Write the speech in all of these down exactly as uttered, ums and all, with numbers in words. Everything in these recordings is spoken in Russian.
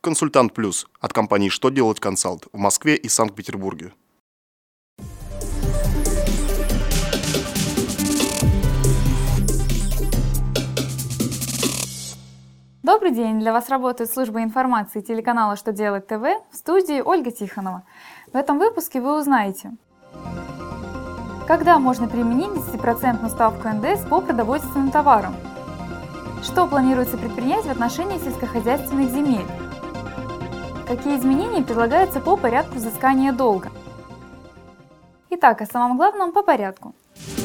Консультант Плюс от компании «Что делать консалт» в Москве и Санкт-Петербурге. Добрый день! Для вас работает служба информации телеканала «Что делать ТВ», в студии Ольга Тихонова. В этом выпуске вы узнаете, когда можно применить десятипроцентную ставку эн дэ эс по продовольственным товарам, что планируется предпринять в отношении сельскохозяйственных земель, какие изменения предлагаются по порядку взыскания долга. Итак, о самом главном по порядку.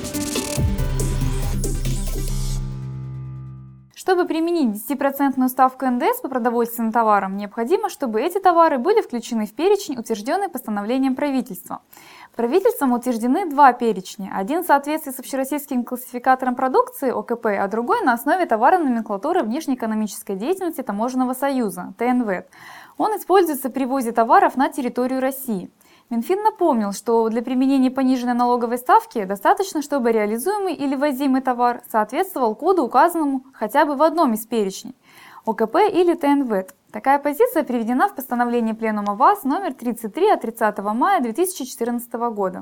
Чтобы применить десятипроцентную ставку эн дэ эс по продовольственным товарам, необходимо, чтобы эти товары были включены в перечень, утвержденный постановлением правительства. Правительством утверждены два перечня. Один в соответствии с общероссийским классификатором продукции о ка пэ, а другой на основе товарной номенклатуры внешнеэкономической деятельности Таможенного союза тэ эн вэ тэ. Он используется при ввозе товаров на территорию России. Минфин напомнил, что для применения пониженной налоговой ставки достаточно, чтобы реализуемый или ввозимый товар соответствовал коду, указанному хотя бы в одном из перечней – о ка пэ или тэ эн вэ тэ. Такая позиция приведена в постановлении Пленума ВАС номер тридцать три от тридцатого мая две тысячи четырнадцатого года.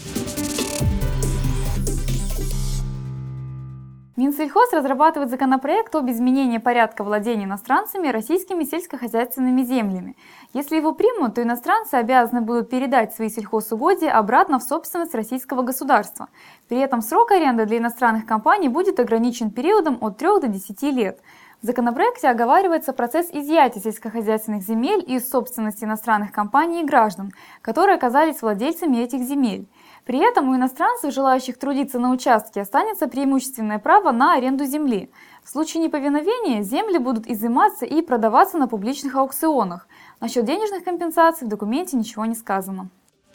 Минсельхоз разрабатывает законопроект об изменении порядка владения иностранцами российскими сельскохозяйственными землями. Если его примут, то иностранцы обязаны будут передать свои сельхозугодия обратно в собственность российского государства. При этом срок аренды для иностранных компаний будет ограничен периодом от трёх до десяти лет. В законопроекте оговаривается процесс изъятия сельскохозяйственных земель из собственности иностранных компаний и граждан, которые оказались владельцами этих земель. При этом у иностранцев, желающих трудиться на участке, останется преимущественное право на аренду земли. В случае неповиновения земли будут изыматься и продаваться на публичных аукционах. Насчет денежных компенсаций в документе ничего не сказано.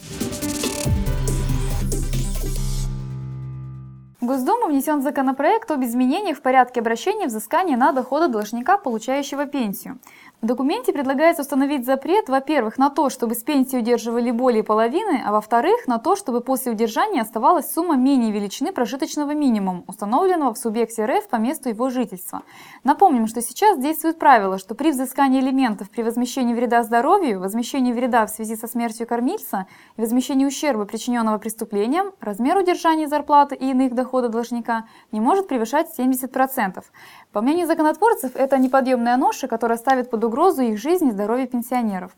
В Госдуму внесен законопроект об изменениях в порядке обращения взыскания на доходы должника, получающего пенсию. В документе предлагается установить запрет, во-первых, на то, чтобы с пенсии удерживали более половины, а во-вторых, на то, чтобы после удержания оставалась сумма менее величины прожиточного минимума, установленного в субъекте эр эф по месту его жительства. Напомним, что сейчас действует правило, что при взыскании алиментов при возмещении вреда здоровью, возмещении вреда в связи со смертью кормильца и возмещении ущерба, причиненного преступлением, размер удержания зарплаты и иных доходов должника не может превышать семьдесят процентов. По мнению законотворцев, это неподъемная ноша, которая ставит под угрозу их жизнь и здоровье пенсионеров.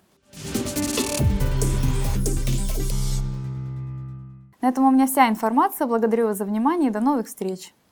На этом у меня вся информация. Благодарю вас за внимание и до новых встреч!